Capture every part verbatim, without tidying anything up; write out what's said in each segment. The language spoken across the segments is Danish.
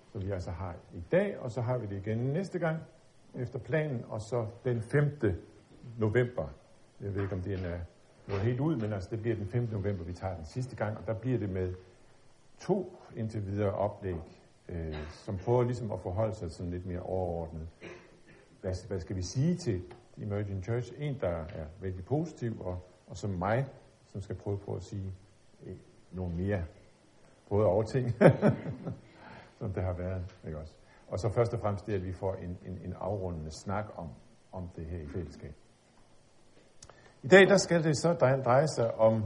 som vi altså har i dag, og så har vi det igen næste gang efter planen, og så den femte november. Jeg ved ikke, om det er noget helt ud, men altså det bliver den femte november, vi tager den sidste gang, og der bliver det med to indtil videre oplæg, øh, som prøver ligesom at forholde sig sådan lidt mere overordnet. Hvad, hvad skal vi sige til Emerging Church? En, der er vældig positiv, og, og som mig, som skal prøve på at sige øh, nogle mere både over ting, som det har været, ikke også? Og så først og fremmest det, at vi får en, en, en afrundende snak om, om det her i fællesskab. I dag, der skal det så dreje sig om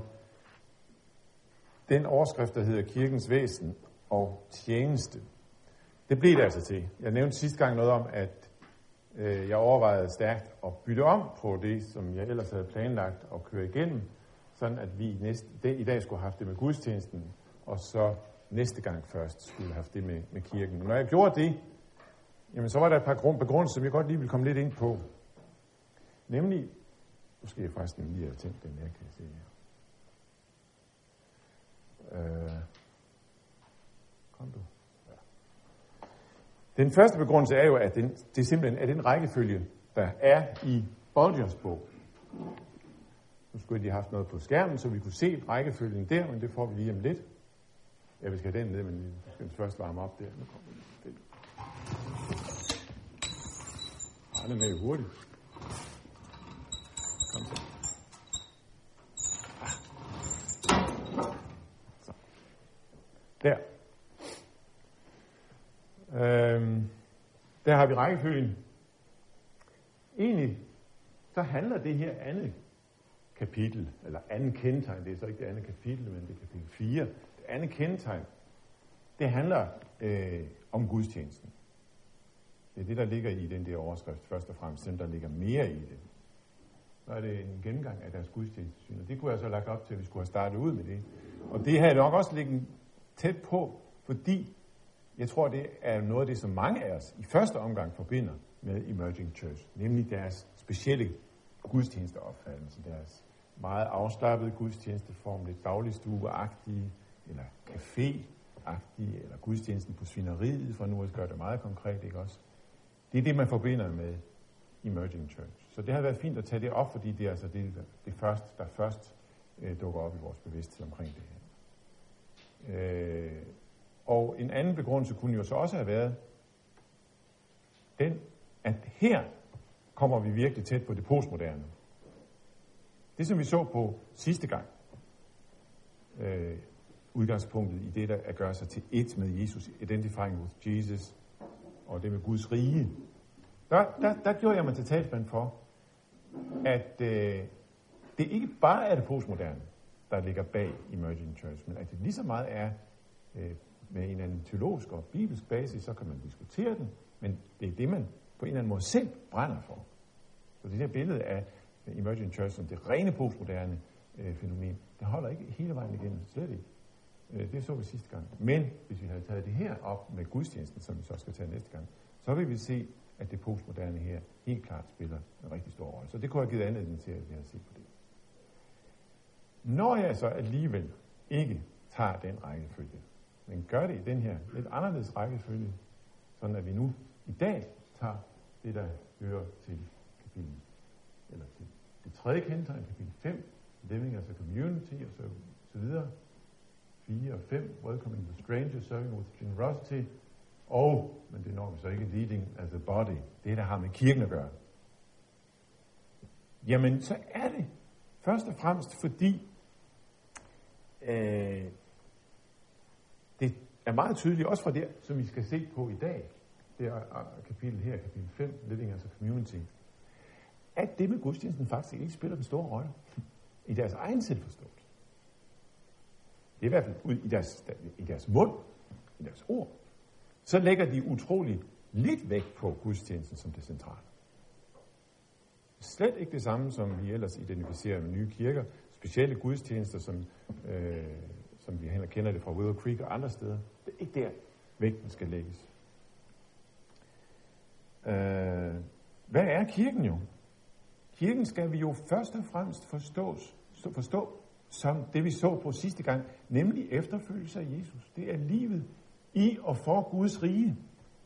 den overskrift, der hedder Kirkens væsen og tjeneste. Det blev det altså til. Jeg nævnte sidste gang noget om, at øh, jeg overvejede stærkt at bytte om på det, som jeg ellers havde planlagt at køre igennem, sådan at vi næste, det, i dag skulle have haft det med gudstjenesten, og så næste gang først skulle have haft det med, med kirken. Når jeg gjorde det, jamen så var der et par begrundelser, som jeg godt lige vil komme lidt ind på. Nemlig, nu skal jeg faktisk lige have tænkt den her, kan jeg se her. Øh, kom du. Ja. Den første begrundelse er jo, at den, det simpelthen er den rækkefølge, der er i Bulgers bog. Nu skulle jeg lige have haft noget på skærmen, så vi kunne se rækkefølgen der, men det får vi lige om lidt. Ja, vi skal have den ned, men vi skal først varme op der. Nu kommer vi det. Han er med hurtigt. Kom så. Så. Der. Øhm, der har vi rækkefølgen. Egentlig, så handler det her andet kapitel, eller andet kendetegn, det er så ikke det andet kapitel, men det er kapitel fire. Det andet kendetegn, det handler øh, om gudstjenesten. Det er det, der ligger i den der overskrift, først og fremmest, dem der ligger mere i det. Så er det en gennemgang af deres gudstjenestesyn, og det kunne jeg så lagt op til, at vi skulle have startet ud med det. Og det her er nok også ligget tæt på, fordi jeg tror, det er noget af det, som mange af os i første omgang forbinder med Emerging Church, nemlig deres specielle gudstjenesteopfattelse, deres meget afslappede gudstjenesteform, lidt dagligstueagtige, eller café-agtige, eller gudstjenesten på svineriet, for nu at gøre det meget konkret, ikke også? Det er det, man forbinder med Emerging Church. Så det har været fint at tage det op, fordi det er altså det, det første, der først øh, dukker op i vores bevidsthed omkring det her. Øh, og en anden begrundelse kunne jo så også have været den, at her kommer vi virkelig tæt på det postmoderne. Det, som vi så på sidste gang, øh, udgangspunktet i det, der er gør sig til et med Jesus, identifying with Jesus, og det med Guds rige, der, der, der gjorde jeg mig til talsmand for, at øh, det ikke bare er det postmoderne, der ligger bag Emerging Church, men at det lige så meget er øh, med en anden teologisk og bibelsk basis, så kan man diskutere den, men det er det, man på en eller anden måde selv brænder for. Så det her billede af Emerging Church som det rene postmoderne øh, fænomen, det holder ikke hele vejen igennem, slet ikke. Øh, det så vi sidste gang. Men hvis vi havde taget det her op med gudstjenesten, som vi så skal tage næste gang, så vil vi se, at det postmoderne her helt klart spiller en rigtig stor rolle. Så det kunne have givet anledning til, at vi har set på det. Når jeg så alligevel ikke tager den rækkefølge, men gør det i den her lidt anderledes rækkefølge, sådan at vi nu i dag tager det, der hører til kapitel, eller til det tredje kendetegn, kapitel fem, living as a community, og så, så videre, fire og fem, welcoming the stranger, serving with generosity, og, men det når vi så ikke, leading as a body, det der har med kirken at gøre. Jamen, så er det først og fremmest fordi, øh, det er meget tydeligt, også fra det, som vi skal se på i dag, det er kapitel her, kapitel fem, living as a community, at det med gudstjenesten faktisk ikke spiller en stor rolle i deres egen selvforståelse. Det er i hvert fald ud i deres, i deres mund, i deres ord, så lægger de utrolig lidt vægt på gudstjenesten som det centrale. Slet ikke det samme, som vi ellers identificerer med nye kirker, specielle gudstjenester, som, øh, som vi heller kender det fra Willow Creek og andre steder. Det er ikke der, vægten skal lægges. Øh, hvad er kirken jo? Kirken skal vi jo først og fremmest forstås, forstå som det, vi så på sidste gang, nemlig efterfølgelse af Jesus. Det er livet i og for Guds rige.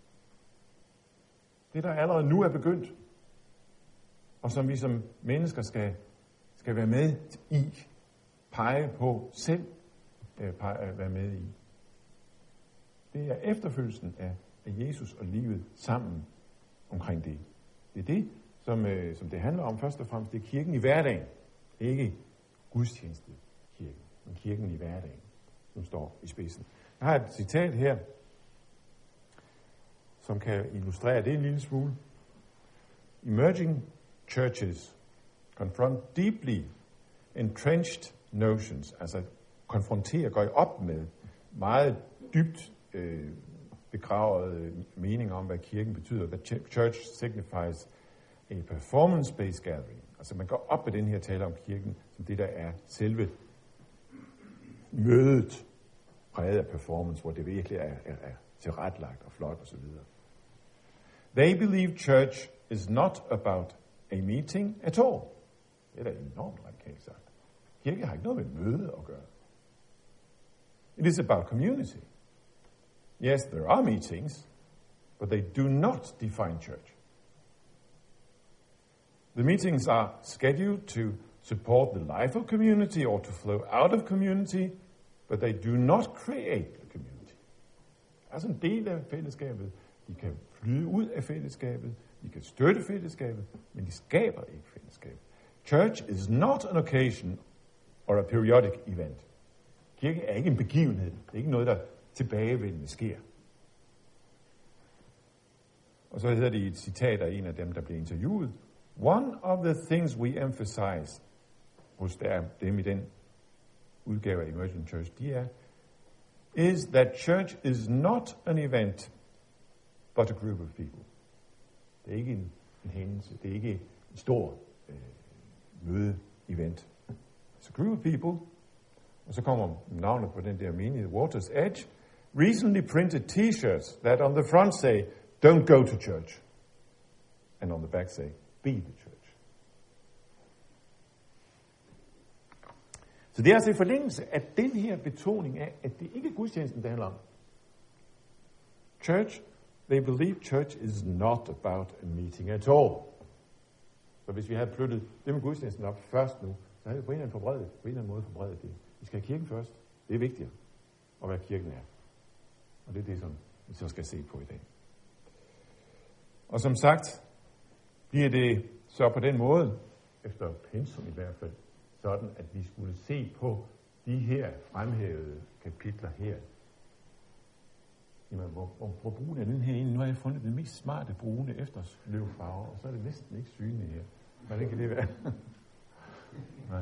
Det, der allerede nu er begyndt, og som vi som mennesker skal, skal være med i, pege på selv, øh, pege, være med i. Det er efterfølgelsen af, af Jesus og livet sammen omkring det. Det er det, som, øh, som det handler om først og fremmest. Det er kirken i hverdagen, ikke gudstjenestekirken, men kirken i hverdagen, som står i spidsen. Jeg har et citat her, som kan illustrere det en lille smule. Emerging churches confront deeply entrenched notions, altså konfronterer, går op med meget dybt øh, begravet mening om, hvad kirken betyder. Hvad church signifies a performance-based gathering. Altså man går op med den her tale om kirken, som det der er selve mødet, præget af performance, hvor det virkelig er, er, er tilretlagt og flot osv. They believe church is not about a meeting at all. Det er da enormt radikalt sagt. Kirke har ikke noget med møde at gøre. It is about community. Yes, there are meetings, but they do not define church. The meetings are scheduled to support the life of community or to flow out of community, but they do not create a community. Altså en del af fællesskabet. De kan flyde ud af fællesskabet, de kan støtte fællesskabet, men de skaber ikke fællesskabet. Church is not an occasion or a periodic event. Kirken er ikke en begivenhed. Det er ikke noget, der tilbagevendende sker. Og så hedder det i et citat af en af dem, der blev interviewet. One of the things we emphasize hos der, dem i den udgave af Emerging Church, de er, is that church is not an event, but a group of people. Det er ikke en, en hændelse. Det er ikke en stor øh, møde-event. It's a group of people. Og så kommer navnet på den der menighed, Water's Edge. Recently printed t-shirts that on the front say, don't go to church. And on the back say, be the church. Så det er altså i forlængelse af den her betoning af, at det ikke er gudstjenesten, det handler om. Church, they believe church is not about a meeting at all. Så hvis vi havde flyttet det med gudstjenesten op først nu, så havde vi på en eller anden forbredet, på en eller anden måde forbredet det. Vi skal have kirken først. Det er vigtigere, og hvad kirken er. Og det er det, som vi så skal se på i dag. Og som sagt, bliver det så på den måde, efter pensum i hvert fald, sådan at vi skulle se på de her fremhævede kapitler her. Jamen, hvor, hvor, hvor brune er den her egentlig? Nu har jeg fundet den mest smarte brune efterløvfarve, og så er det næsten ikke synligt her. Hvordan kan det være? Nej.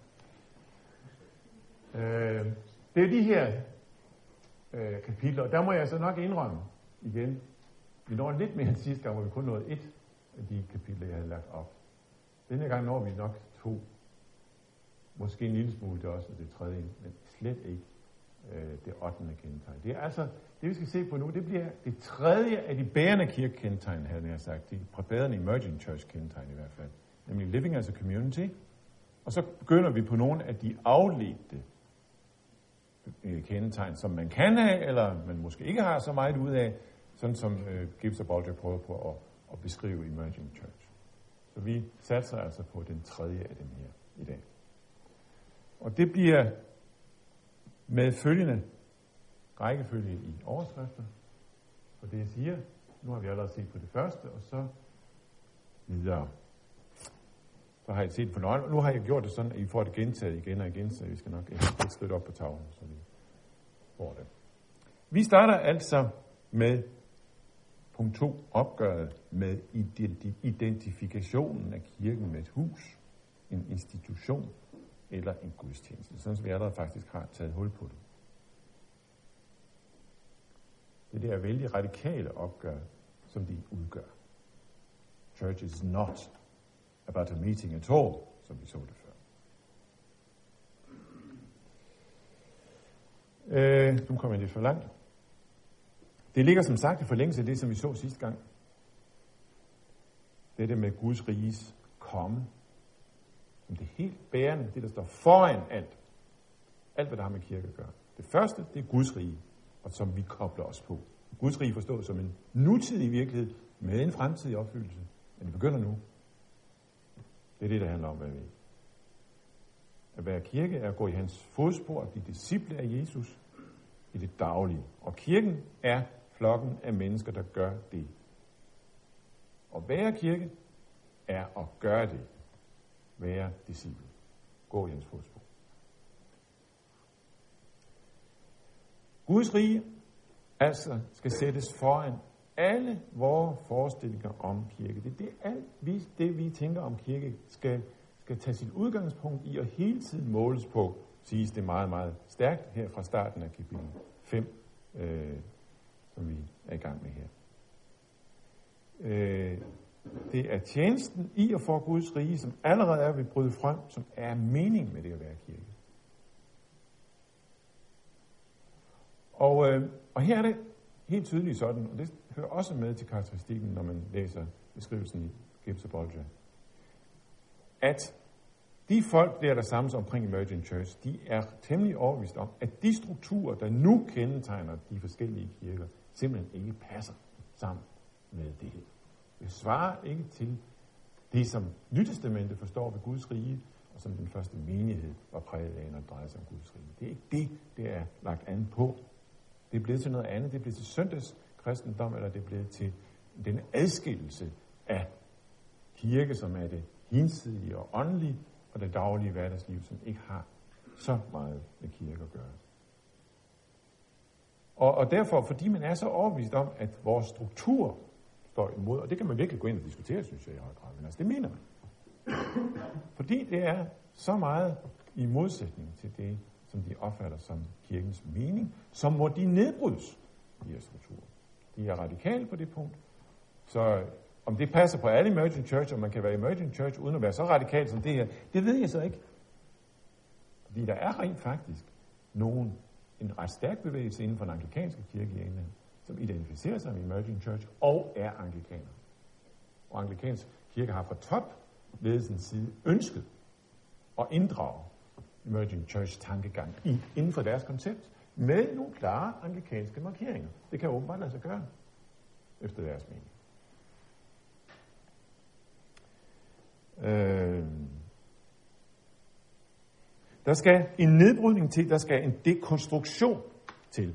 Øh, det er de her øh, kapitler, og der må jeg så nok indrømme igen. Vi når lidt mere end sidste gang, hvor vi kun nåede et af de kapitler, jeg havde lagt op. Denne gang når vi nok to. Måske en lille smule det også, det tredje, men slet ikke øh, det ottende kendetegn. Det er altså, det vi skal se på nu, det bliver det tredje af de bærende kirkekendetegn, havde jeg sagt. De bærende emerging church kendetegn i hvert fald. Nemlig living as a community. Og så begynder vi på nogle af de afledte kendetegn, som man kan have, eller man måske ikke har så meget ud af, sådan som øh, Gibbs og Baldry prøver på at, at beskrive Emerging Church. Så vi satser altså på den tredje af dem her i dag. Og det bliver med følgende rækkefølge i overskrifter. For det jeg siger, nu har vi allerede set på det første, og så videre. Så har jeg set på nøglen, og nu har jeg gjort det sådan, at I får det gentaget igen og igen, så vi skal nok et skridt op på tavlen, så vi får det. Vi starter altså med punkt to, opgøret med identifikationen af kirken med et hus, en institution eller en gudstjeneste, sådan som vi allerede faktisk har taget hul på det. Det der vældig radikale opgør, som de udgør. Church is not about a meeting at all, som vi så det før. Øh, nu kommer jeg lidt for langt. Det ligger som sagt i forlængelse af det, som vi så sidste gang. Dette med Guds riges komme. Som det helt bærende, det der står foran alt. Alt, hvad der har med kirke at gøre. Det første, det er Guds rige. og som vi kobler os på. Guds rige forstås som en nutidig virkelighed med en fremtidig opfyldelse. Men det begynder nu. Det er det, der handler om, hvad vi er. At være kirke er at gå i hans fodspor og blive disciple af Jesus i det daglige. Og kirken er flokken af mennesker, der gør det. At være kirke er at gøre det. Være disciple. Gå i hans fodspor. Guds rige altså skal sættes foran alle vores forestillinger om kirke. Det er det, alt vi, det, vi tænker om kirke, skal, skal tage sit udgangspunkt i og hele tiden måles på, siges det meget, meget stærkt her fra starten af kapitel fem, øh, som vi er i gang med her. Øh, det er tjenesten i og for Guds rige, som allerede er ved at bryde frem, som er meningen med det at være kirke. Og, øh, og her er det helt tydeligt sådan, og det hører også med til karakteristikken, når man læser beskrivelsen i Gibbs og Bulger, at de folk, der er der samles omkring Emerging Church, de er temmelig overbevist om, at de strukturer, der nu kendetegner de forskellige kirker, simpelthen ikke passer sammen med det her. Det svarer ikke til det, som Nytestamentet forstår ved Guds rige, og som den første menighed var præget af, når det drejer sig om Guds rige. Det er ikke det, det er lagt an på. Det er blevet til noget andet. Det er blevet til søndagskristendom, eller det er blevet til den adskillelse af kirke, som er det hinsidige og åndelige, og det daglige hverdagsliv, som ikke har så meget med kirke at gøre. Og, og derfor, fordi man er så overbevist om, at vores struktur står imod, og det kan man virkelig gå ind og diskutere, synes jeg i høj grad, men altså det mener man. Fordi det er så meget i modsætning til det, som de opfatter som kirkens mening, så må de nedbrydes, de her strukturer. De er radikale på det punkt. Så om det passer på alle Emerging Church, og man kan være Emerging Church uden at være så radikal som det her, det ved jeg så ikke. Fordi der er rent faktisk nogen, en ret stærk bevægelse inden for den anglikanske kirke i England, som identificerer sig med Emerging Church og er anglikaner. Og anglikansk kirke har fra topledelsens side ønsket at inddrage Emerging Church tankegang i, inden for deres koncept, med nogle klare anglikanske markeringer. Det kan åbenbart lade sig gøre, efter deres mening. Øh, der skal en nedbrydning til, der skal en dekonstruktion til.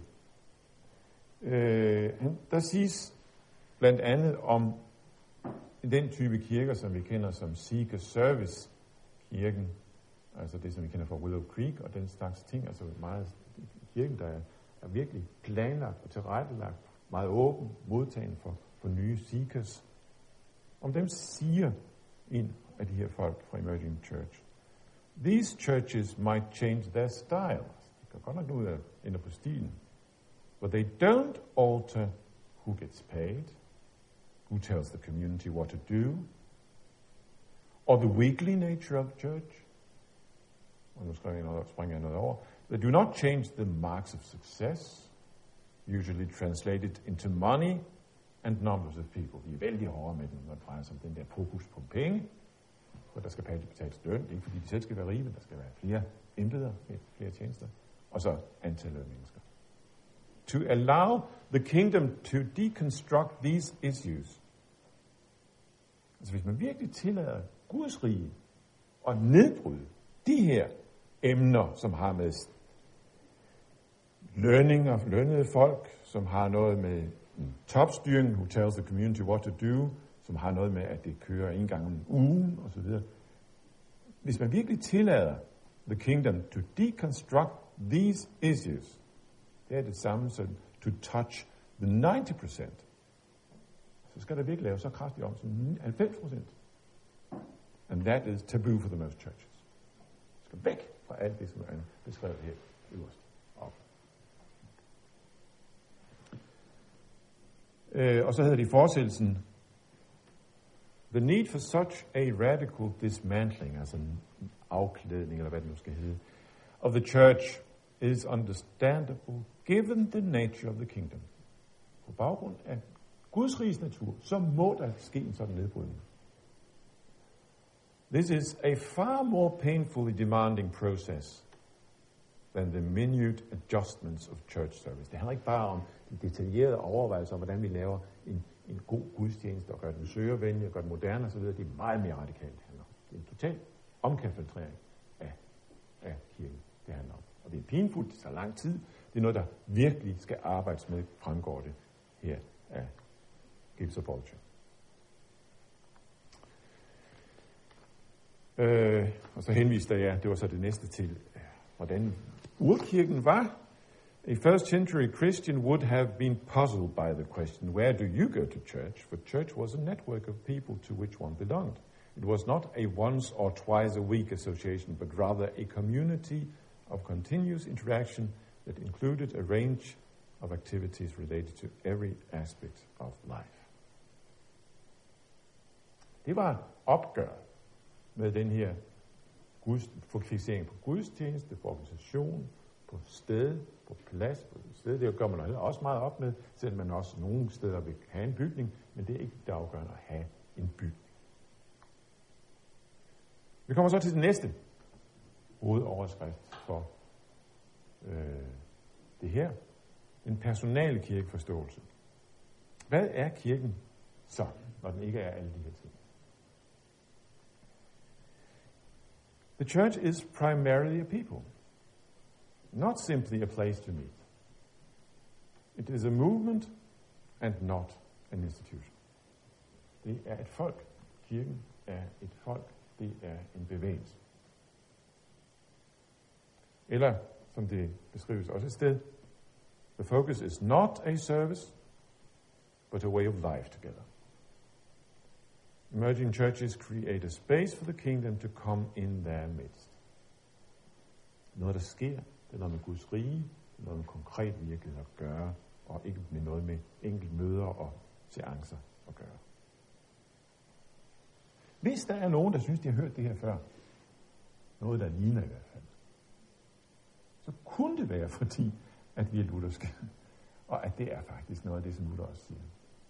Øh, der siges blandt andet om den type kirker, som vi kender som Seeker Service kirken, altså det, som vi kender fra Willow Creek og den slags ting, altså meget kirken, der er, er virkelig planlagt og tilrettelagt, meget åben, modtagen for, for nye seekers. Om dem siger en af de her folk fra Emerging Church, these churches might change their style. De kan godt nok ud af ændre på stilen. But they don't alter who gets paid, who tells the community what to do, or the weekly nature of the church. Og nu skriver jeg noget, springer jeg noget over. They do not change the marks of success, usually translated into money and numbers of people. De er vældig hårde med den, når det drejer sig om den der fokus på penge, for der skal betales løn. Det er ikke fordi de selv skal være rige, men der skal være flere embeder, flere tjenester, og så antallet af mennesker. To allow the kingdom to deconstruct these issues. Altså hvis man virkelig tillader Guds rige at nedbryde de her emner, som har med lønninger, lønnede folk, som har noget med topstyring, who tells the community what to do, som har noget med, at det kører en gang om ugen, osv. Hvis man virkelig tillader the kingdom to deconstruct these issues, det er det samme som to touch the ninety percent, så skal der virkelig lave så kraftigt om som halvfems procent. And that is taboo for the most churches. Det skal væk fra alt det, som er beskrevet her øverst op. Øh, og så hedder det i fortsættelsen, the need for such a radical dismantling, altså en afklædning, eller hvad det nu skal hedde, of the church is understandable given the nature of the kingdom. På baggrund af Guds riges natur, så må der ske en sådan nedbrydning. This is a far more painfully demanding process than the minute adjustments of church service. Det handler ikke bare om de detaljerede overvejelser om, hvordan vi laver en, en god gudstjeneste og gør den søgervenlig og gør den moderne osv. Det er meget mere radikalt, det handler om. Det er en total omkalfatring af, af kirken, det handler om. Og det er pinfuldt, det tager lang tid. Det er noget, der virkelig skal arbejdes med, fremgår det her af Gibbs og Bolger. Øh, og så henviste jeg, det var så det næste til, hvordan urkirken var. A first century Christian would have been puzzled by the question, where do you go to church? For church was a network of people to which one belonged. It was not a once or twice a week association, but rather a community of continuous interaction that included a range of activities related to every aspect of life. Det var et opgør med den her Guds, fokusering på gudstjeneste, på organisation, på sted, på plads, på sted. Det gør man også meget op med, selvom man også nogle steder vil have en bygning, men det er ikke det afgørende at have en bygning. Vi kommer så til den næste hovedoverskrift for øh, det her. En personale kirkeforståelse. Hvad er kirken så, når den ikke er alle de her ting? The church is primarily a people, not simply a place to meet. It is a movement and not an institution. Det er et folk. Kirken er et folk. Det er en bevægelse. Eller, som det beskrives også et sted, the focus is not a service, but a way of life together. Emerging churches create a space for the kingdom to come in their midst. Noget, der sker, det er noget med Guds rige, det er noget med konkret virkelighed at gøre, og ikke med noget med enkelt møder og seancer at gøre. Hvis der er nogen, der synes, de har hørt det her før, noget, der ligner i hvert fald, så kunne det være fordi, at vi er lutherske, og at det er faktisk noget af det, som Luther også siger.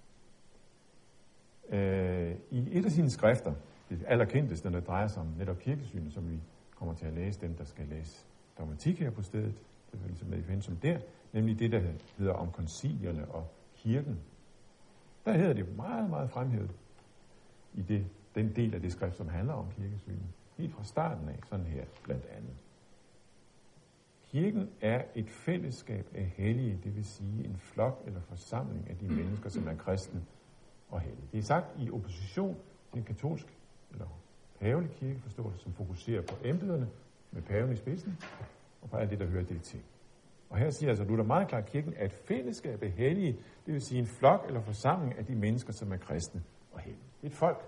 Øh, I et af sine skrifter, det allerkendteste, når det drejer sig om netop kirkesynet, som vi kommer til at læse, dem der skal læse dogmatik her på stedet, det er ligesom med i pensum der, nemlig det, der hedder om koncilierne og kirken. Der hedder det meget, meget fremhævet i det, den del af det skrift, som handler om kirkesynet. Helt fra starten af, sådan her blandt andet. Kirken er et fællesskab af hellige, det vil sige en flok eller forsamling af de mennesker, som er kristne og hellige. Det er sagt i opposition til en katolsk eller pavelig kirkeforståelse, som fokuserer på embederne med paven i spidsen og på alt det, der hører det til. Og her siger altså Luther meget klart, at kirken er et fællesskab af hellige, det vil sige en flok eller forsamling af de mennesker, som er kristne og hellige. Det er et folk.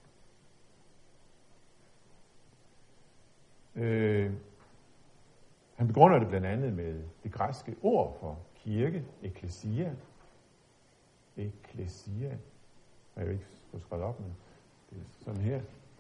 Øh, han begrunder det blandt andet med det græske ord for kirke, ekklesia. Ekklesia. Jeg har jo ikke fået skrevet op, men det er sådan her.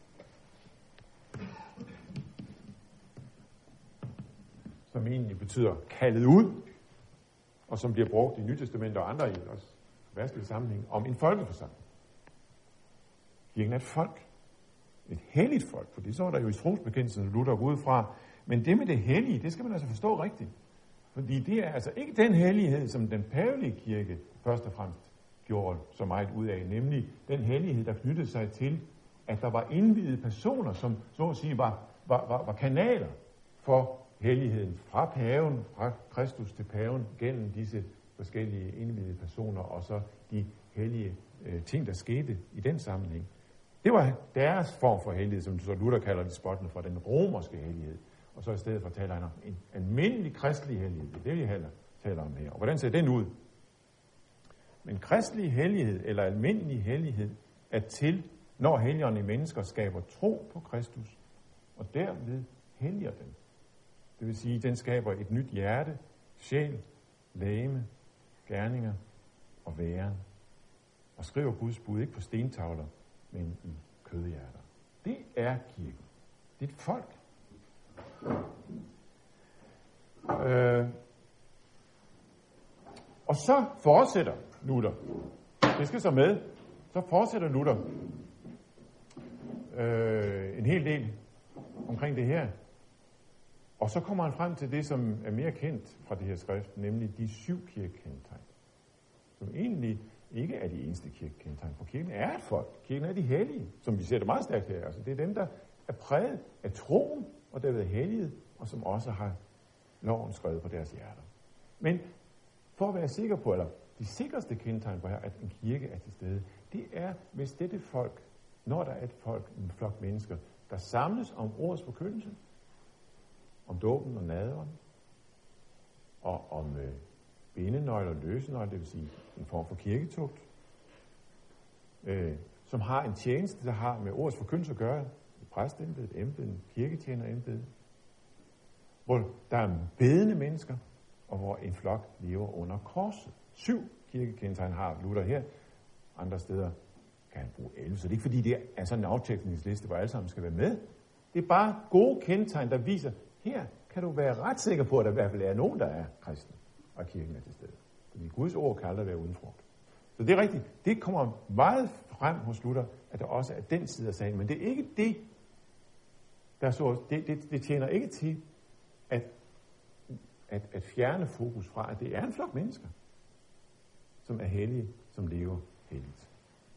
Som egentlig betyder kaldet ud, og som bliver brugt i Nye Testament og andre i også værstlige sammenhæng, om en folkeforsamling. Kirken er et folk. Et helligt folk, for det så er der jo i trosbekendelsen, Luther går ud fra. Men det med det hellige, det skal man altså forstå rigtigt. Fordi det er altså ikke den hellighed, som den pavelige kirke først og fremmest gjorde så meget ud af, nemlig den hellighed, der knyttede sig til, at der var indvidede personer, som så at sige var, var, var, var kanaler for helligheden fra paven, fra Kristus til paven, gennem disse forskellige indvidede personer, og så de hellige øh, ting, der skete i den sammenhæng. Det var deres form for hellighed, som så Luther kalder det spottende for den romerske hellighed. Og så i stedet for taler han om en almindelig kristelig hellighed. Det er det, vi heller taler om her. Og hvordan ser den ud? Men kristelig hellighed eller almindelig hellighed er til, når helligerne i mennesker skaber tro på Kristus, og derved helliger dem. Det vil sige, at den skaber et nyt hjerte, sjæl, legeme, gerninger og væren. Og skriver Guds bud ikke på stentavler, men i kødhjerter. Det er kirken. Det er et folk. Øh. Og så fortsætter Luther. Det skal så med. Så fortsætter Luther øh, en hel del omkring det her. Og så kommer han frem til det, som er mere kendt fra det her skrift, nemlig de syv kirkekendetegn, som egentlig ikke er de eneste kirkekendetegn, for kirken er et folk. Kirken er de hellige, som vi ser det meget stærkt her. Altså, det er dem, der er præget af troen, og der er hellige, og som også har loven skrevet på deres hjerter. Men for at være sikker på, eller de sikreste kendetegn på her, at en kirke er til stede, det er, hvis dette folk, når der er et folk, en flok mennesker, der samles om ordets forkyndelse, om dåben og nadveren, og om øh, bindenøgle og løsenøgle, det vil sige en form for kirketugt, øh, som har en tjeneste, der har med ordets forkyndelse at gøre, et præstembede, et embede, en kirketjenerembede, hvor der er bedende mennesker, og hvor en flok lever under korset. Syv kirkekendetegn har Luther her. Andre steder kan han bruge elleve. Så det er ikke fordi, det er sådan en aftekningsliste, hvor alle sammen skal være med. Det er bare gode kendetegn, der viser, her kan du være ret sikker på, at der i hvert fald er nogen, der er kristne, og kirken er til stede. Fordi Guds ord kan aldrig være uden frugt. Så det er rigtigt. Det kommer meget frem hos Luther, at der også er den side af sagen. Men det er ikke det, der så, det, det, det tjener ikke til at, at, at fjerne fokus fra, at det er en flok mennesker, som er hellige, som lever helligt.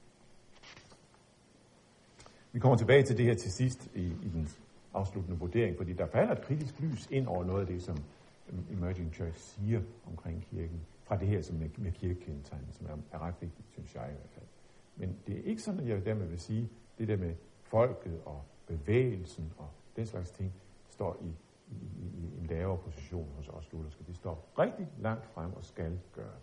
Vi kommer tilbage til det her til sidst i, i den afsluttende vurdering, fordi der falder et kritisk lys ind over noget af det, som Emerging Church siger omkring kirken, fra det her som med, med kirkekendetegnet, som er, er ret vigtigt, synes jeg i hvert fald. Men det er ikke sådan, at jeg dermed vil sige, det der med folket og bevægelsen og den slags ting, står i, i, i, i en lavere position hos os lutherske. Det står rigtig langt frem og skal gøre det.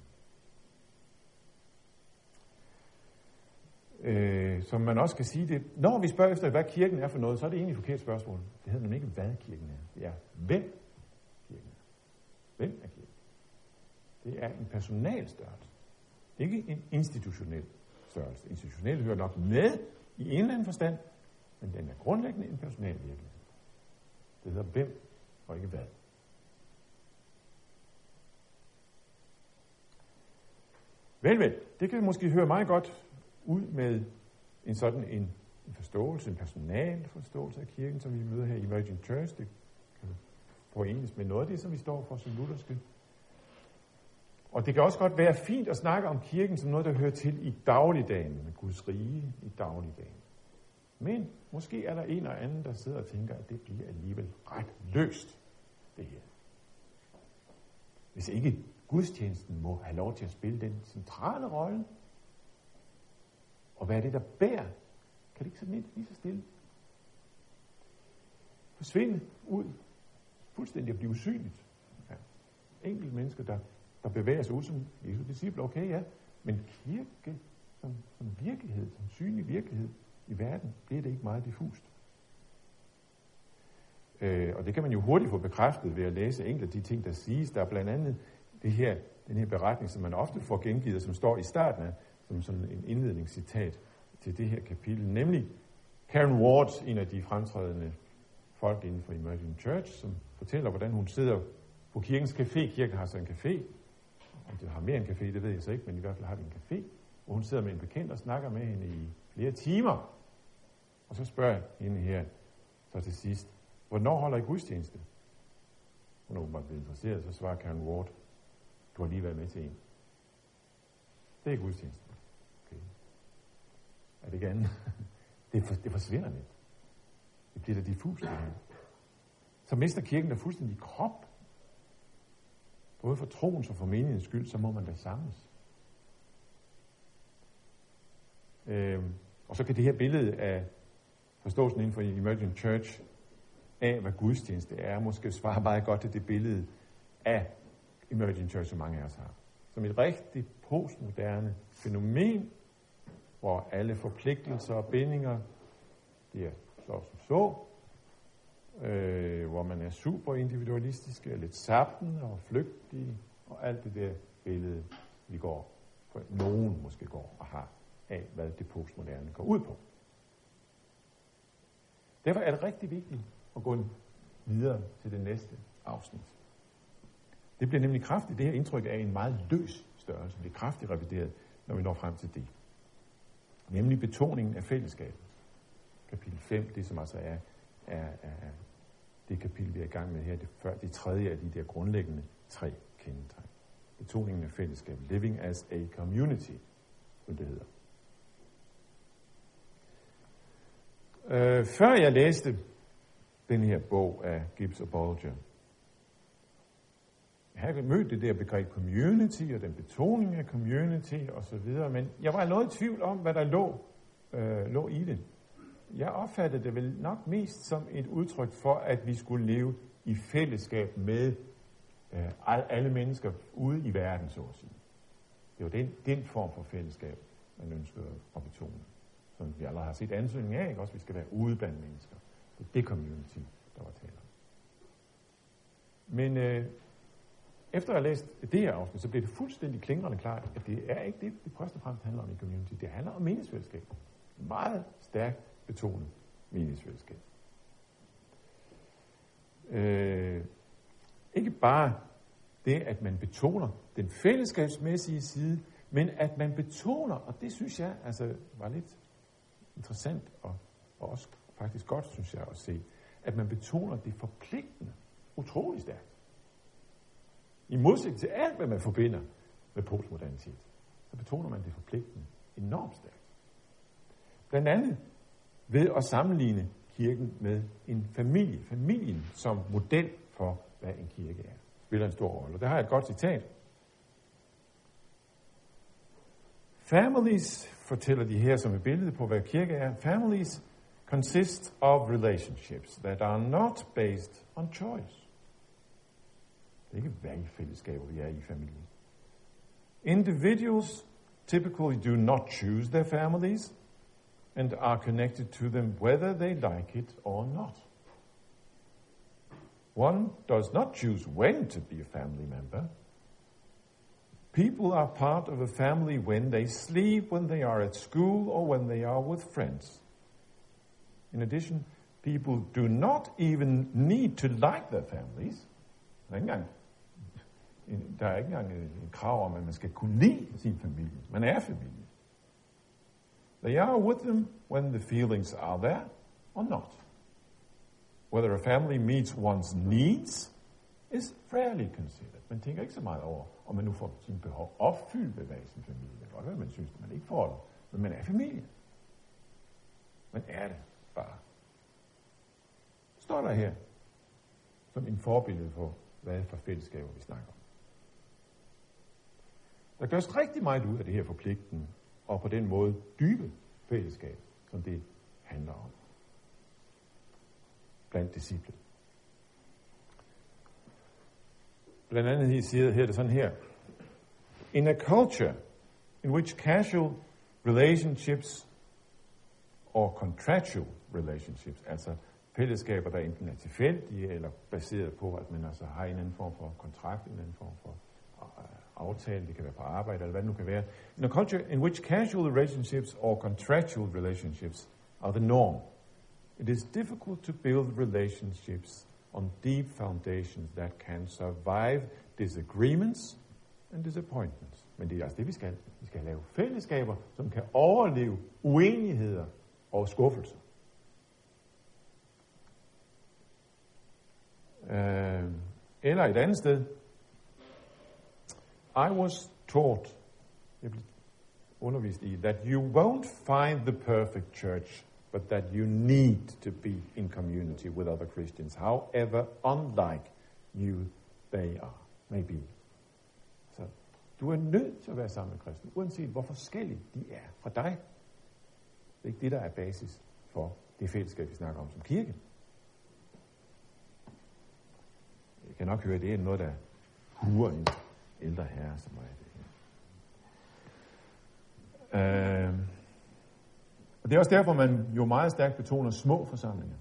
Øh, som man også kan sige det, når vi spørger efter, hvad kirken er for noget, så er det egentlig et forkert spørgsmål. Det hedder nemlig ikke, hvad kirken er. Det er, hvem kirken er. Hvem er kirken? Det er en personal størrelse. Ikke en institutionel størrelse. Institutionel hører nok med i en eller anden forstand, men den er grundlæggende en personal virkelighed. Det hedder hvem og ikke hvad. Vel, vel, det kan måske høre meget godt ud med en sådan en, en forståelse, en personal forståelse af kirken, som vi møder her i Emerging Church. Det kan forenes med noget af det, som vi står for som lutherske. Og det kan også godt være fint at snakke om kirken som noget, der hører til i dagligdagen, med Guds rige i dagligdagen. Men måske er der en eller anden, der sidder og tænker, at det bliver alligevel ret løst, det her. Hvis ikke gudstjenesten må have lov til at spille den centrale rolle, og hvad er det, der bærer? Kan det ikke sådan lidt lige så stille? Forsvinde ud, fuldstændig at blive usynligt. Ja. Enkelte mennesker, der, der bevæger sig ud som Jesu disciple, okay, ja, men kirke som, som virkelighed, som synlig virkelighed i verden, det er det ikke meget diffust. Øh, og det kan man jo hurtigt få bekræftet ved at læse enkelte af de ting, der siges. Der er blandt andet det her, den her beretning, som man ofte får gengivet, som står i starten af, som sådan en indledningscitat til det her kapitel, nemlig Karen Ward, en af de fremtrædende folk inden for Emerging Church, som fortæller, hvordan hun sidder på kirkens café. Kirken har så en café. Om det har mere en café, det ved jeg så ikke, men i hvert fald har vi en café, hvor hun sidder med en bekendt og snakker med hende i flere timer. Og så spørger hende her så til sidst, hvornår holder I gudstjeneste? Og når hun var blevet interesseret, så svarer Karen Ward, du har lige været med til en. Det er gudstjenesten. Okay. Er det ikke andet? Det, for, det forsvinder lidt. Det bliver da diffust, det her. Så mister kirken der fuldstændig krop. Både for troens og for menighedens skyld, så må man da samles. Øhm, og så kan det her billede af forståelsen inden for Emerging Church af, hvad gudstjeneste er, måske svare meget godt til det billede af Emerging Church, som mange af os har. Som et rigtig postmoderne fænomen, hvor alle forpligtelser og bindinger, det er så som så, øh, hvor man er super individualistiske, og lidt sapten og flygtige, og alt det der billede, vi går, for nogen måske går og har, af hvad det postmoderne går ud på. Derfor er det rigtig vigtigt at gå videre til det næste afsnit. Det bliver nemlig kraftigt, det her indtryk af en meget løs størrelse. Det er kraftigt revideret, når vi når frem til det. Nemlig betoningen af fællesskabet. Kapitel fem, det som altså er, er, er det kapitel, vi er i gang med her, det, før, det tredje af de der grundlæggende tre kendetegn. Betoningen af fællesskab. Living as a community, som det hedder. Øh, før jeg læste den her bog af Gibbs og Bulger, jeg havde mødt det der begreb community, og den betoning af community osv., men jeg var noget i tvivl om, hvad der lå, øh, lå i det. Jeg opfattede det vel nok mest som et udtryk for, at vi skulle leve i fællesskab med øh, alle mennesker ude i verden, så at sige. Det var den, den form for fællesskab, man ønskede at betone. Som vi allerede har set ansøgning af, ikke? Også vi skal være ude blandt mennesker. Det er det community, der var tale om. Men øh, efter at have læst det her afsnit, så blev det fuldstændig klingrende klart, at det er ikke det, det først og fremmest handler om i community. Det handler om meningsfællesskab. Meget stærkt betonet meningsfællesskab. Øh, ikke bare det, at man betoner den fællesskabsmæssige side, men at man betoner, og det synes jeg altså var lidt interessant, og, og også faktisk godt, synes jeg, at se, at man betoner det forpligtende utrolig stærkt. I modsætning til alt, hvad man forbinder med postmodernitet, så betoner man det forpligtende enormt stærkt. Blandt andet ved at sammenligne kirken med en familie. Familien som model for, hvad en kirke er, spiller en stor rolle. Og der har jeg et godt citat. Families, fortæller de her som et billede på, hvad kirke er, families consist of relationships that are not based on choice. Det er ikke valgfællesskaber, vi er i familien. Individuals typically do not choose their families and are connected to them whether they like it or not. One does not choose when to be a family member. People are part of a family when they sleep, when they are at school, or when they are with friends. In addition, people do not even need to like their families. Der er ikke engang, der er ikke engang en krav om, at man skal kunne lide sin familie. Man er familie. They are with them when the feelings are there or not. Whether a family meets one's needs is rarely considered. Man tænker ikke så meget over, om man nu får sine behov opfyldt ved sin familie. Det er godt, hvad man synes, at man ikke får det. Men man er familie. Man er det bare. Står der her som en forbillede på, hvad for fællesskaber vi snakker om. Der gøres rigtig meget ud af det her forpligten, og på den måde dybe fællesskab, som det handler om blandt disciple. Blandt andet siger her det sådan her. In a culture in which casual relationships or contractual relationships, altså fællesskaber, der enten er tilfældige eller baseret på, at man altså har en anden form for kontrakt, en anden form for aftale, det kan være på arbejde, eller hvad det nu kan være. In a culture in which casual relationships or contractual relationships are the norm, it is difficult to build relationships on deep foundations that can survive disagreements and disappointments. Men det er altså det, vi skal. Vi skal lave fællesskaber, som kan overleve uenigheder og skuffelser. Uh, eller et andet sted. I was taught, jeg blev undervist i, that you won't find the perfect church, but that you need to be in community with other Christians, however unlike you they are, may be. Så du er nødt til at være sammen med kristne, uanset hvor forskellige de er fra dig. Det er ikke det, der er basis for det fællesskab, vi snakker om som kirke. Jeg kan nok høre, at det er noget, der huer en ældre herre som mig. Øh, og det er også derfor, man jo meget stærkt betoner små forsamlinger.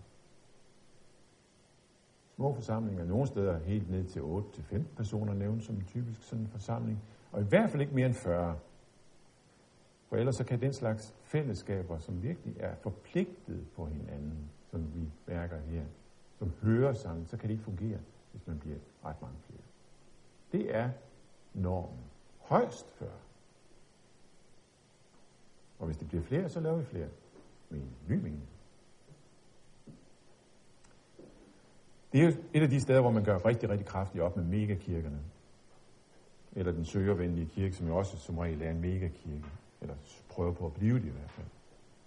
Små forsamlinger, nogle steder helt ned til otte til femten personer nævnes som en typisk sådan en forsamling, og i hvert fald ikke mere end fyrre. For ellers så kan den slags fællesskaber, som virkelig er forpligtet på hinanden, som vi mærker her, som hører sammen, så kan det ikke fungere, hvis man bliver ret mange flere. Det er normen. Højst fyrre. Og hvis det bliver flere, så laver vi flere med en ny mening. Det er et af de steder, hvor man gør rigtig, rigtig kraftigt op med megakirkerne. Eller den søgervenlige kirke, som jo også som regel er en megakirke. Eller prøver på at blive det i hvert fald.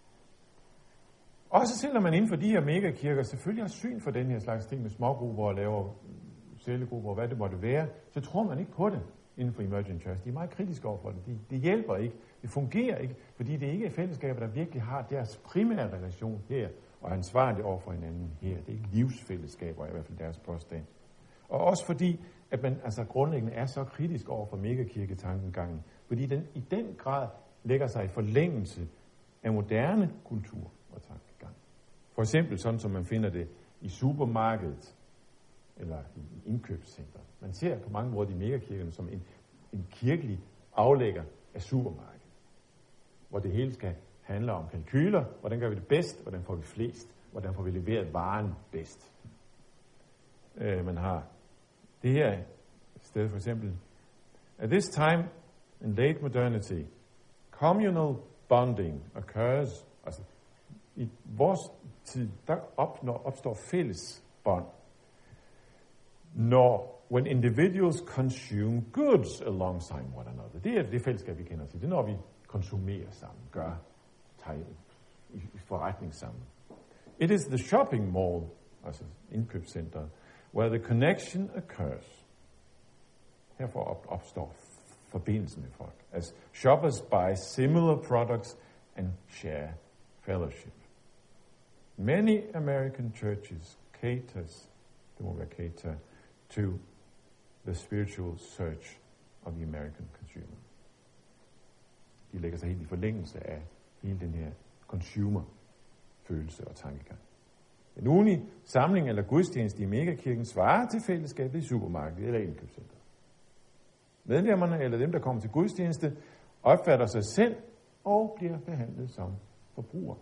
Også selvom man inden for de her megakirker selvfølgelig har syn for den her slags ting med smågrupper og laver cellegrupper og hvad det måtte være, så tror man ikke på det inden for Emerging Church. De er meget kritiske over for det. Det de hjælper ikke. Det fungerer ikke, fordi det ikke er fællesskaber, der virkelig har deres primære relation her og er ansvarlige over for hinanden her. Det er ikke livsfællesskaber, i hvert fald deres påstand. Og også fordi, at man altså grundlæggende er så kritisk over for megakirketankegangen, fordi den i den grad lægger sig i forlængelse af moderne kultur og tankegang. For eksempel sådan, som man finder det i supermarkedet eller i indkøbscenter. Man ser på mange måder de megakirkerne som en, en kirkelig aflægger af supermarkedet, hvor det hele skal handle om kalkyler, hvordan gør vi det bedst, hvordan får vi flest, hvordan får vi leveret varen bedst. Øh, man har det her sted for eksempel. At this time in late modernity, communal bonding occurs, altså i vores tid, der opnår, opstår fælles bånd, når when individuals consume goods alongside one another. Det er det fællesskab, vi kender til. Det er, når vi konsumerer sammen, gør tegn i forretning sammen. It is the shopping mall, altså indkøbscenter, where the connection occurs. Herfor opstår forbindelsen med folk. As shoppers buy similar products and share fellowship. Many American churches caters, det må være cater, to the spiritual search of the American consumer. De lægger sig helt i forlængelse af hele den her consumer-følelse og tankegang. En unig samling eller gudstjeneste i megakirken svarer til fællesskabet i supermarkedet eller indkøbscenteret. Medlemmerne eller dem, der kommer til gudstjeneste, opfatter sig selv og bliver behandlet som forbrugere.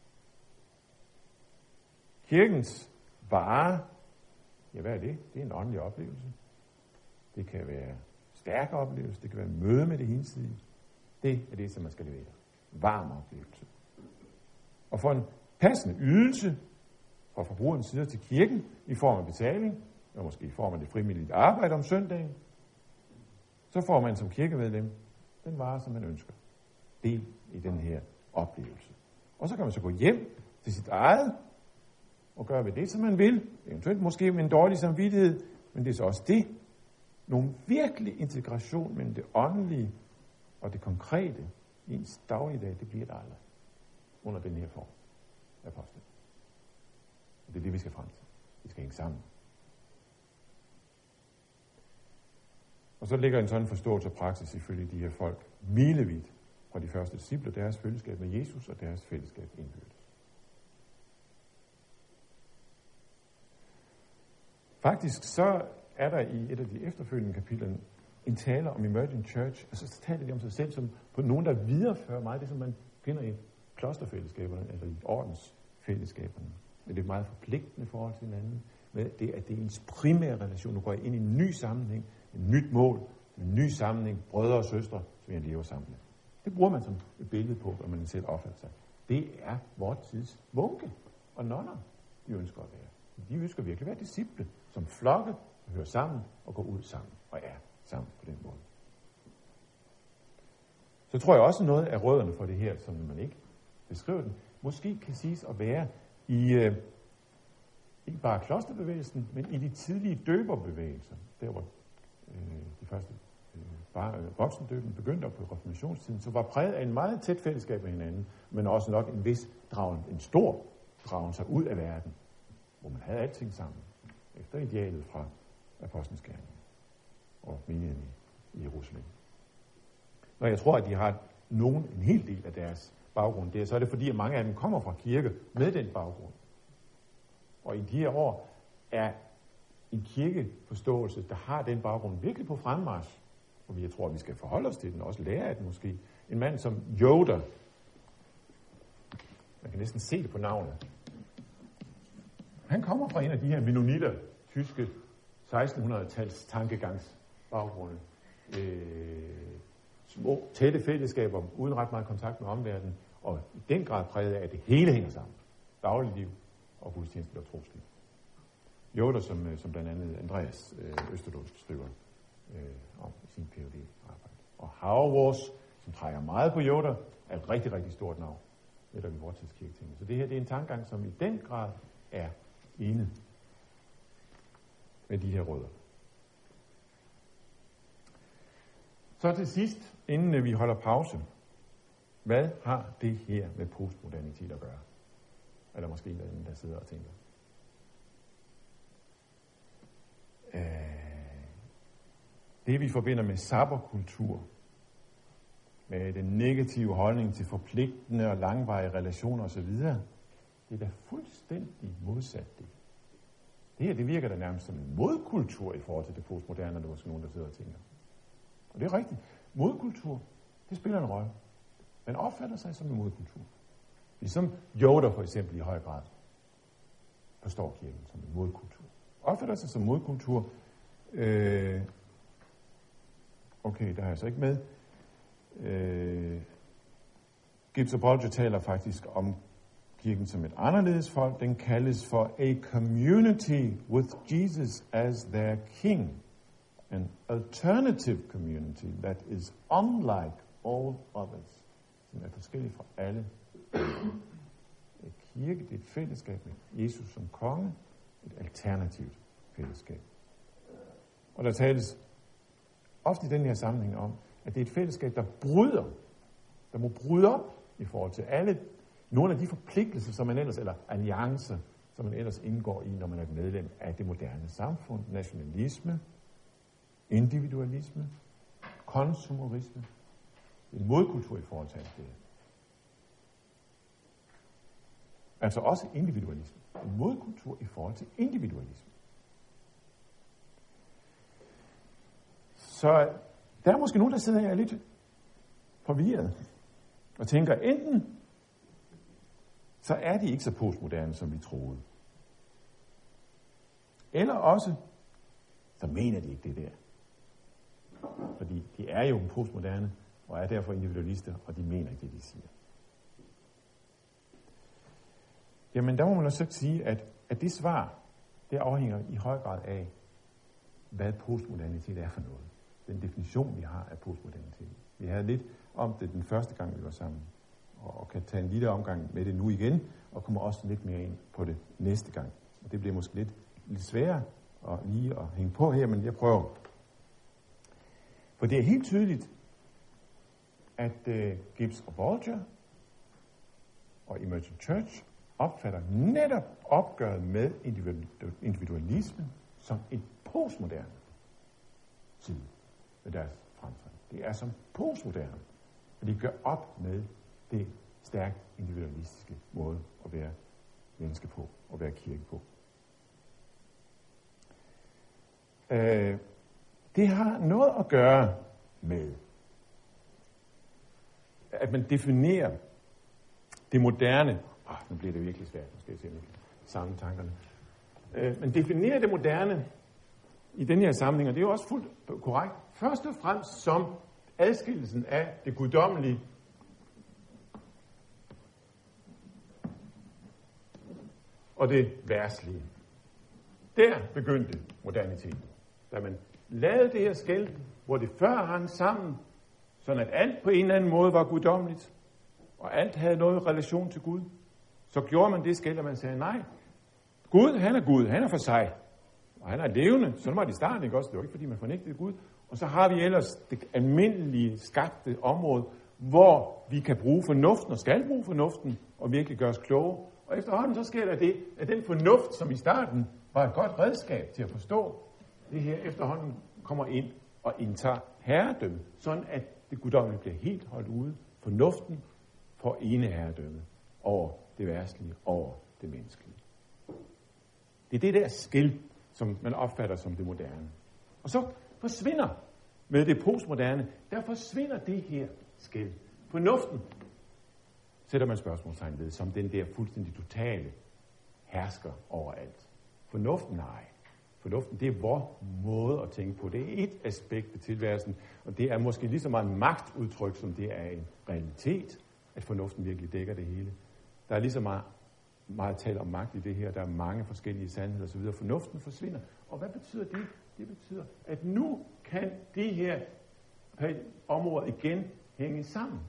Kirkens vare, ja, hvad er det? Det er en åndelig oplevelse. Det kan være stærk oplevelse, det kan være møde med det hinsidige. Det er det, som man skal levere. Varm oplevelse. Og for en passende ydelse fra forbrugerens side til kirken i form af betaling, og måske i form af det frivillige arbejde om søndagen, så får man som kirkemedlem den vare, som man ønsker. Del i den her oplevelse. Og så kan man så gå hjem til sit eget og gøre ved det, som man vil. Eventuelt måske med en dårlig samvittighed, men det er så også det. Nogle virkelig integration mellem det åndelige og det konkrete i ens dagligdag, det bliver der aldrig under den her form af påstand. Og det er det, vi skal frem til. Vi skal hænge sammen. Og så ligger en sådan forståelse og praksis ifølge de her folk milevidt fra de første disciple, deres fællesskab med Jesus og deres fællesskab indbyrdes. Faktisk så er der i et af de efterfølgende kapitler en tale om Emerging Church, og så taler de om sig selv som på nogen, der viderefører meget det, som man finder i klosterfællesskaberne eller i ordensfællesskaberne. Det er et meget forpligtende forhold til hinanden, med det, at det er ens primære relation. Nu går jeg ind i en ny sammenhæng, et nyt mål, en ny sammenhæng, brødre og søstre, som jeg lever sammen med. Det bruger man som et billede på, når man selv opfatter sig. Det er vores tids munke og nonner, de ønsker at være. De ønsker virkelig at være disciple, som flokke, hører sammen og går ud sammen og er sammen på den måde. Så tror jeg også noget af rødderne for det her, som man ikke beskriver den, måske kan siges at være i øh, ikke bare klosterbevægelsen, men i de tidlige døberbevægelser, der hvor øh, de første øh, bare øh, voksendøben begyndte på reformationstiden, så var præget af en meget tæt fællesskab med hinanden, men også nok en vis dragen, en stor dragen sig ud af verden, hvor man havde alting sammen, efter idealet fra apostelskærningen og menigheden i Jerusalem. Når jeg tror, at de har nogen, en hel del af deres baggrund der, så er det fordi, at mange af dem kommer fra kirke med den baggrund. Og i de her år er en kirkeforståelse, der har den baggrund virkelig på fremmarch, og jeg tror, at vi skal forholde os til den, og også lære af den måske. En mand som Yoder, man kan næsten se det på navnet, han kommer fra en af de her mennonitter, tyske sekstenhundrede-tals tankegangs baggrunde. Øh, små, tætte fællesskaber, uden ret meget kontakt med omverdenen, og i den grad præget af, at det hele hænger sammen. Dagligliv og gudstjeneste og trosliv. Yoder, som, som blandt andet Andreas øh, Østerlund skriver øh, om i sin P H D-arbejde. Og Hauerwas, som trækker meget på Yoder, er et rigtig, rigtig stort navn, netop i vortidskirketingene. Så det her, det er en tankegang, som i den grad er enig med de her rødder. Så til sidst, inden vi holder pause, hvad har det her med postmodernitet at gøre? Eller måske en anden, der sidder og tænker. Øh, det vi forbinder med sabberkultur, med den negative holdning til forpligtende og langvarige relationer osv., det er da fuldstændig modsat det. Det her, det virker da nærmest som en modkultur i forhold til det postmoderne, der er måske nogen, der sidder og tænker. Og det er rigtigt. Modkultur, det spiller en rolle. Man opfatter sig som en modkultur. Ligesom Yoder for eksempel i høj grad forstår kirken som en modkultur. Opfatter sig som modkultur. Øh, okay, der er jeg så ikke med. Øh, Gibbs og Bulger taler faktisk om kirken som et anderledes folk. Den kaldes for a community with Jesus as their king. An alternative community that is unlike all others. Som er forskellig fra alle. Et kirke, det er et fællesskab med Jesus som konge. Et alternativt fællesskab. Og der tales ofte i den her sammenhæng om, at det er et fællesskab, der bryder, der må bryde op i forhold til alle, nogle af de forpligtelser, som man ellers, eller alliancer, som man ellers indgår i, når man er et medlem af det moderne samfund. Nationalisme, individualisme, konsumerisme. Det er en modkultur i forhold til alt det. Altså også individualisme. En modkultur i forhold til individualisme. Så der er måske nogen, der sidder her lidt forvirret og tænker, enten så er de ikke så postmoderne, som vi troede. Eller også, så mener de ikke det der. Fordi de er jo postmoderne, og er derfor individualister, og de mener ikke det, de siger. Jamen, der må man også sige, at, at det svar, det afhænger i høj grad af, hvad postmodernitet er for noget. Den definition, vi har af postmodernitet. Vi havde lidt om det den første gang, vi var sammen, og kan tage en lille omgang med det nu igen, og kommer også lidt mere ind på det næste gang. Og det bliver måske lidt, lidt sværere at lige at hænge på her, men jeg prøver. For det er helt tydeligt, at uh, Gibbs og Bulger og Emergent Church opfatter netop opgøret med individualisme som en postmoderne side med deres fremtræden. Det er som postmoderne, og de gør op med det stærkt individualistiske måde at være menneske på, og være kirke på. Øh, det har noget at gøre med, at man definerer det moderne. Oh, nu bliver det virkelig svært, nu skal jeg se sammen tankerne. Øh, man definerer det moderne i den her sammenhæng, og det er jo også fuldt korrekt, først og fremmest som adskillelsen af det guddommelige og det verdslige. Der begyndte moderniteten. Da man lavede det her skel, hvor det før hang sammen, sådan at alt på en eller anden måde var guddommeligt, og alt havde noget relation til Gud, så gjorde man det skel, at man sagde, nej, Gud, han er Gud, han er for sig, og han er levende, sådan var det i starten, ikke også? Det var ikke, fordi man fornægtede Gud. Og så har vi ellers det almindelige skabte område, hvor vi kan bruge fornuften, og skal bruge fornuften, og virkelig gøre os kloge. Og efterhånden så sker der det, at den fornuft, som i starten var et godt redskab til at forstå, det her efterhånden kommer ind og indtager herredømme, sådan at det guddommelige bliver helt holdt ude. Fornuften får ene herredømme over det verdslige, over det menneskelige. Det er det der skel, som man opfatter som det moderne. Og så forsvinder med det postmoderne, der forsvinder det her skel. Fornuften sætter man spørgsmålstegn ved, som den der fuldstændig totale hersker overalt. Fornuften, nej. Fornuften, det er vores måde at tænke på. Det er et aspekt af tilværelsen, og det er måske lige så meget en magtudtryk, som det er en realitet, at fornuften virkelig dækker det hele. Der er lige så meget meget tale om magt i det her. Der er mange forskellige sandheder osv. Fornuften forsvinder. Og hvad betyder det? Det betyder, at nu kan det her område igen hænge sammen.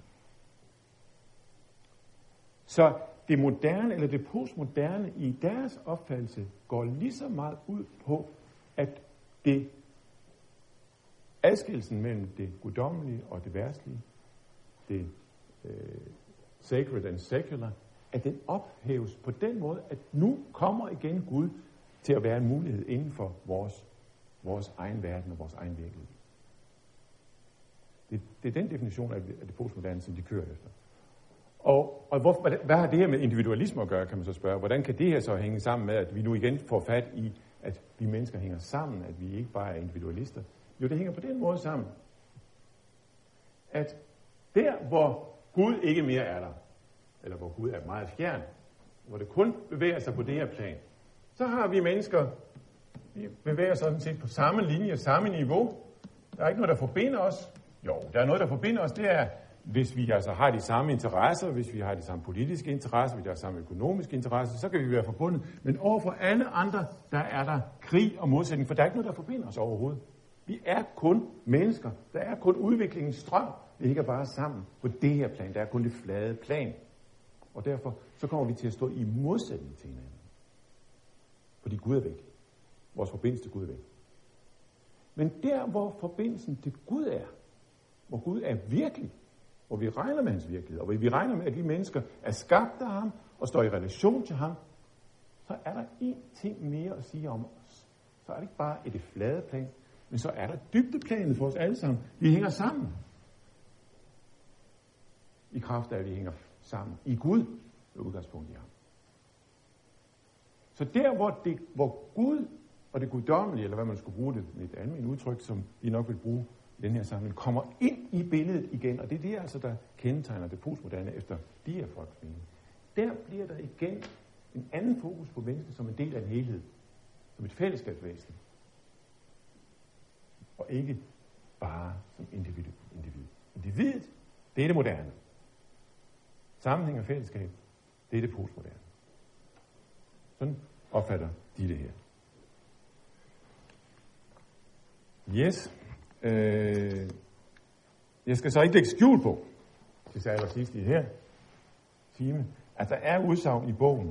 Så det moderne eller det postmoderne i deres opfattelse går lige så meget ud på, at det adskillelsen mellem det guddommelige og det verdslige, det øh, sacred and secular, at den ophæves på den måde, at nu kommer igen Gud til at være en mulighed inden for vores, vores egen verden og vores egen virkelighed. Det, det er den definition af det, af det postmoderne, som de kører efter. Og, og hvor, hvad har det her med individualisme at gøre, kan man så spørge. Hvordan kan det her så hænge sammen med, at vi nu igen får fat i, at vi mennesker hænger sammen, at vi ikke bare er individualister? Jo, det hænger på den måde sammen, at der, hvor Gud ikke mere er der, eller hvor Gud er meget fjern, hvor det kun bevæger sig på det her plan, så har vi mennesker, vi bevæger sig sådan set på samme linje, samme niveau. Der er ikke noget, der forbinder os. Jo, der er noget, der forbinder os, det er, hvis vi altså har de samme interesser, hvis vi har de samme politiske interesser, hvis vi har de samme økonomiske interesser, så kan vi være forbundet. Men overfor alle andre, der er der krig og modsætning, for der er ikke noget, der forbinder os overhovedet. Vi er kun mennesker. Der er kun udviklingens strøm. Vi ligger bare sammen på det her plan. Der er kun det flade plan. Og derfor så kommer vi til at stå i modsætning til hinanden. Fordi Gud er væk. Vores forbindelse til Gud er væk. Men der, hvor forbindelsen til Gud er, hvor Gud er virkelig, hvor vi regner med hans virkelighed, og hvor vi regner med, at vi mennesker er skabt af ham og står i relation til ham, så er der én ting mere at sige om os. Så er det ikke bare i det flade plan, men så er der dybdeplanet for os alle sammen. Vi hænger sammen. I kraft af, at vi hænger sammen i Gud, med udgangspunkt i ham. Så der, hvor, det, hvor Gud og det guddommelige, eller hvad man skulle bruge det med et andet udtryk, som vi nok vil bruge i den her samling, kommer ind i billedet igen, og det er det altså, der kendetegner det postmoderne efter de her folks mening. Der bliver der igen en anden fokus på mennesket som en del af en helhed, som et fællesskabsvæsen, og ikke bare som individ. individ. Individet, det er det moderne. Sammenhæng og fællesskab, det er det postmoderne. Sådan opfatter de det her. Yes. Øh, jeg skal så ikke lægge skjul på, til allersidst i her time, at der er udsagn i bogen.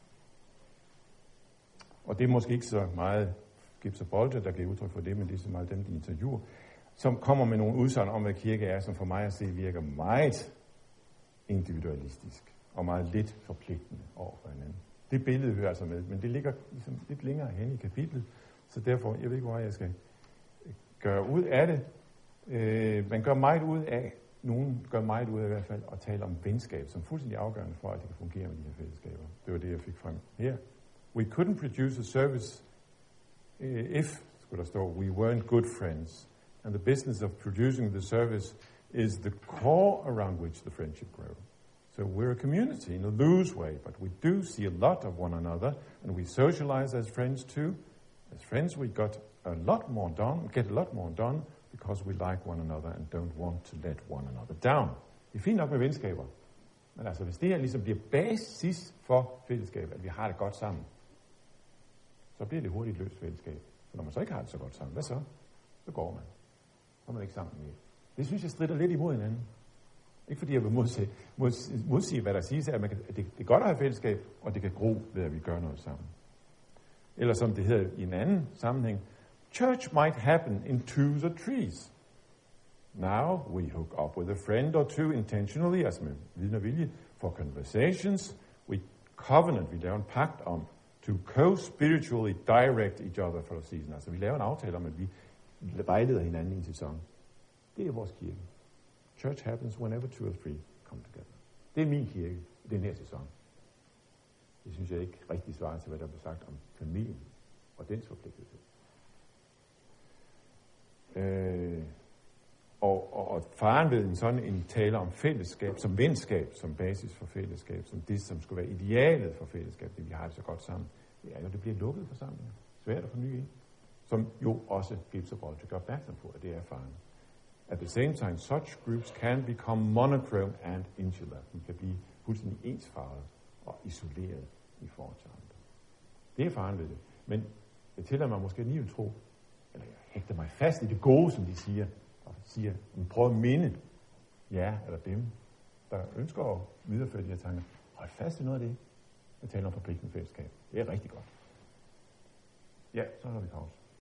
Og det er måske ikke så meget Gibbs og Bolger, der giver udtryk for det, men det er så meget dem, de interviewer, som kommer med nogle udsagn om, hvad kirke er, som for mig at se virker meget individualistisk og meget lidt forpligtende over for hinanden. Det billede hører altså med, men det ligger ligesom lidt længere hen i kapitlet, så derfor, jeg ved ikke, hvor jeg skal gøre ud af det. Øh, man gør meget ud af, nogen gør meget ud af i hvert fald, at tale om venskab, som fuldstændig afgørende for, at det kan fungere med de her fællesskaber. Det var det, jeg fik frem her. We couldn't produce a service if, skulle der stå, we weren't good friends. And the business of producing the service is the core around which the friendship grows. So we're a community in a loose way, but we do see a lot of one another, and we socialize as friends too. As friends, we got a lot more done, get a lot more done, because we like one another and don't want to let one another down. Det er fint nok med venskaber, men altså hvis det her ligesom bliver basis for fællesskab, at vi har det godt sammen, så bliver det hurtigt løst fællesskab. For når man så ikke har det så godt sammen, hvad så? Så går man. Så er man ikke sammen mere. Det synes jeg strider lidt imod hinanden. Ikke fordi jeg vil modsige, modsige, modsige hvad der siges, at, man kan, at det, det er godt at have fællesskab, og det kan gro ved, at vi gør noget sammen. Eller som det hedder i en anden sammenhæng, church might happen in twos or threes. Now we hook up with a friend or two intentionally, altså med viden og vilje, for conversations. We covenant, vi laver en pagt om, to co-spiritually direct each other for a season. Altså vi laver en aftale om, at vi vejleder hinanden i en sæson. Det er vores kirke. Church happens whenever two or three come together. Det er min kirke i den her sæson. Det synes jeg ikke rigtig svarer til, hvad der blev sagt om familien og dens forpligtelse. Øh, og, og, og faren ved en sådan en tale om fællesskab, som venskab, som basis for fællesskab, som det, som skulle være idealet for fællesskab, det vi har det så godt sammen, det er jo, det bliver lukket forsamlinger. Svært at få nye ind. Som jo også Gibbs og Bolger gør opmærksom på, at det er faren. At the same time, such groups can become monochrome and insular. De kan blive fuldstændig ensfarvede og isoleret i forhold til andre. Det er faren ved det. Men jeg tillader mig måske lige at tro, eller jeg hægter mig fast i det gode, som de siger, og siger, prøv at minde jer eller dem, der ønsker at videreføre de her tanker. Hold fast i noget af det. Jeg taler om forpligtende fællesskab. Det er rigtig godt. Ja, så har vi pause.